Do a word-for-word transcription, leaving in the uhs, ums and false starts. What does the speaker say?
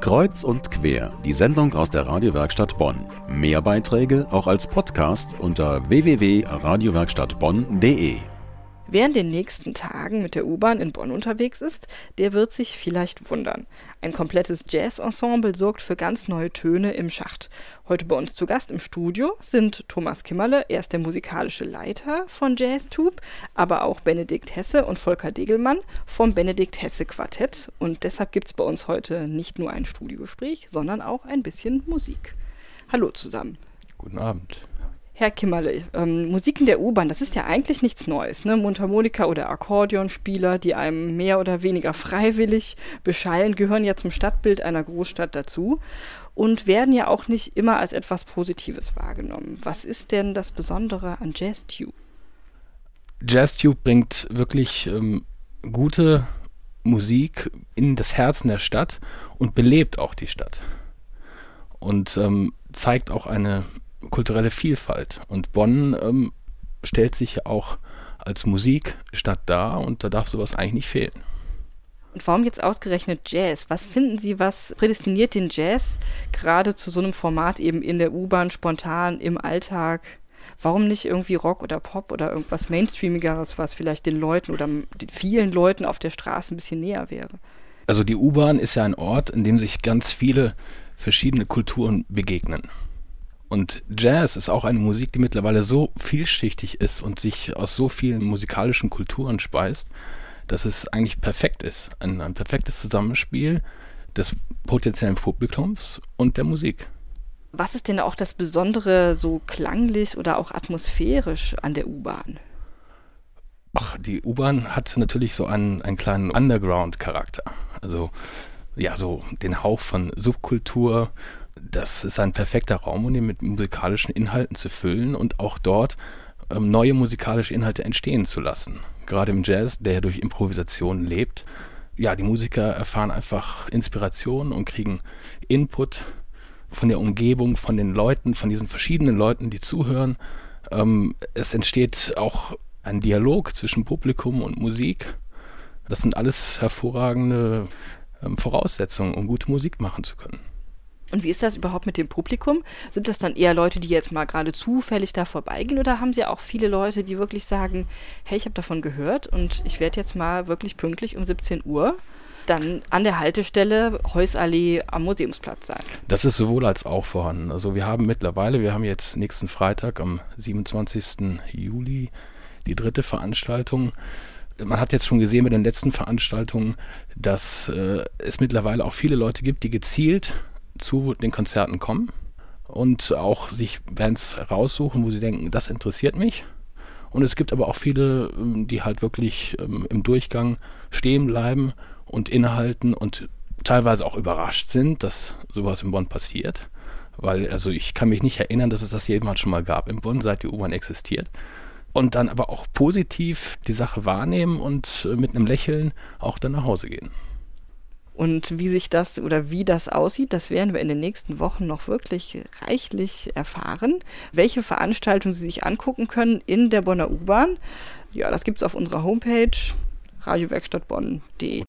Kreuz und quer, die Sendung aus der Radiowerkstatt Bonn. Mehr Beiträge auch als Podcast unter w w w punkt radiowerkstattbonn punkt d e. Wer in den nächsten Tagen mit der U-Bahn in Bonn unterwegs ist, der wird sich vielleicht wundern. Ein komplettes Jazz-Ensemble sorgt für ganz neue Töne im Schacht. Heute bei uns zu Gast im Studio sind Thomas Kimmerle, er ist der musikalische Leiter von Jazztube, aber auch Benedikt Hesse und Volker Degelmann vom Benedikt Hesse Quartett. Und deshalb gibt es bei uns heute nicht nur ein Studiogespräch, sondern auch ein bisschen Musik. Hallo zusammen. Guten Abend. Herr Kimmerle, ähm, Musik in der U-Bahn, das ist ja eigentlich nichts Neues, ne? Mundharmonika oder Akkordeonspieler, die einem mehr oder weniger freiwillig beschallen, gehören ja zum Stadtbild einer Großstadt dazu und werden ja auch nicht immer als etwas Positives wahrgenommen. Was ist denn das Besondere an Jazztube? Jazztube bringt wirklich ähm, gute Musik in das Herzen der Stadt und belebt auch die Stadt und ähm, zeigt auch eine kulturelle Vielfalt. Und Bonn ähm, stellt sich ja auch als Musikstadt dar und da darf sowas eigentlich nicht fehlen. Und warum jetzt ausgerechnet Jazz? Was finden Sie, was prädestiniert den Jazz gerade zu so einem Format eben in der U-Bahn, spontan, im Alltag? Warum nicht irgendwie Rock oder Pop oder irgendwas Mainstreamigeres, was vielleicht den Leuten oder den vielen Leuten auf der Straße ein bisschen näher wäre? Also die U-Bahn ist ja ein Ort, in dem sich ganz viele verschiedene Kulturen begegnen. Und Jazz ist auch eine Musik, die mittlerweile so vielschichtig ist und sich aus so vielen musikalischen Kulturen speist, dass es eigentlich perfekt ist. Ein, ein perfektes Zusammenspiel des potenziellen Publikums und der Musik. Was ist denn auch das Besondere so klanglich oder auch atmosphärisch an der U-Bahn? Ach, die U-Bahn hat natürlich so einen, einen kleinen Underground-Charakter. Also ja, so den Hauch von Subkultur. Das ist ein perfekter Raum, um ihn mit musikalischen Inhalten zu füllen und auch dort ähm, neue musikalische Inhalte entstehen zu lassen. Gerade im Jazz, der ja durch Improvisation lebt. Ja, die Musiker erfahren einfach Inspiration und kriegen Input von der Umgebung, von den Leuten, von diesen verschiedenen Leuten, die zuhören. Ähm, es entsteht auch ein Dialog zwischen Publikum und Musik. Das sind alles hervorragende ähm, Voraussetzungen, um gute Musik machen zu können. Und wie ist das überhaupt mit dem Publikum? Sind das dann eher Leute, die jetzt mal gerade zufällig da vorbeigehen oder haben Sie auch viele Leute, die wirklich sagen, hey, ich habe davon gehört und ich werde jetzt mal wirklich pünktlich um siebzehn Uhr dann an der Haltestelle Heussallee am Museumsplatz sein? Das ist sowohl als auch vorhanden. Also wir haben mittlerweile, wir haben jetzt nächsten Freitag am siebenundzwanzigsten Juli die dritte Veranstaltung. Man hat jetzt schon gesehen mit den letzten Veranstaltungen, dass äh, es mittlerweile auch viele Leute gibt, die gezielt zu den Konzerten kommen und auch sich Bands raussuchen, wo sie denken, das interessiert mich. Und es gibt aber auch viele, die halt wirklich ähm, im Durchgang stehen bleiben und innehalten und teilweise auch überrascht sind, dass sowas in Bonn passiert. Weil, also ich kann mich nicht erinnern, dass es das jemals schon mal gab in Bonn, seit die U-Bahn existiert. Und dann aber auch positiv die Sache wahrnehmen und äh, mit einem Lächeln auch dann nach Hause gehen. Und wie sich das oder wie das aussieht, das werden wir in den nächsten Wochen noch wirklich reichlich erfahren. Welche Veranstaltungen Sie sich angucken können in der Bonner U-Bahn, ja, das gibt es auf unserer Homepage radiowerkstattbonn punkt d e.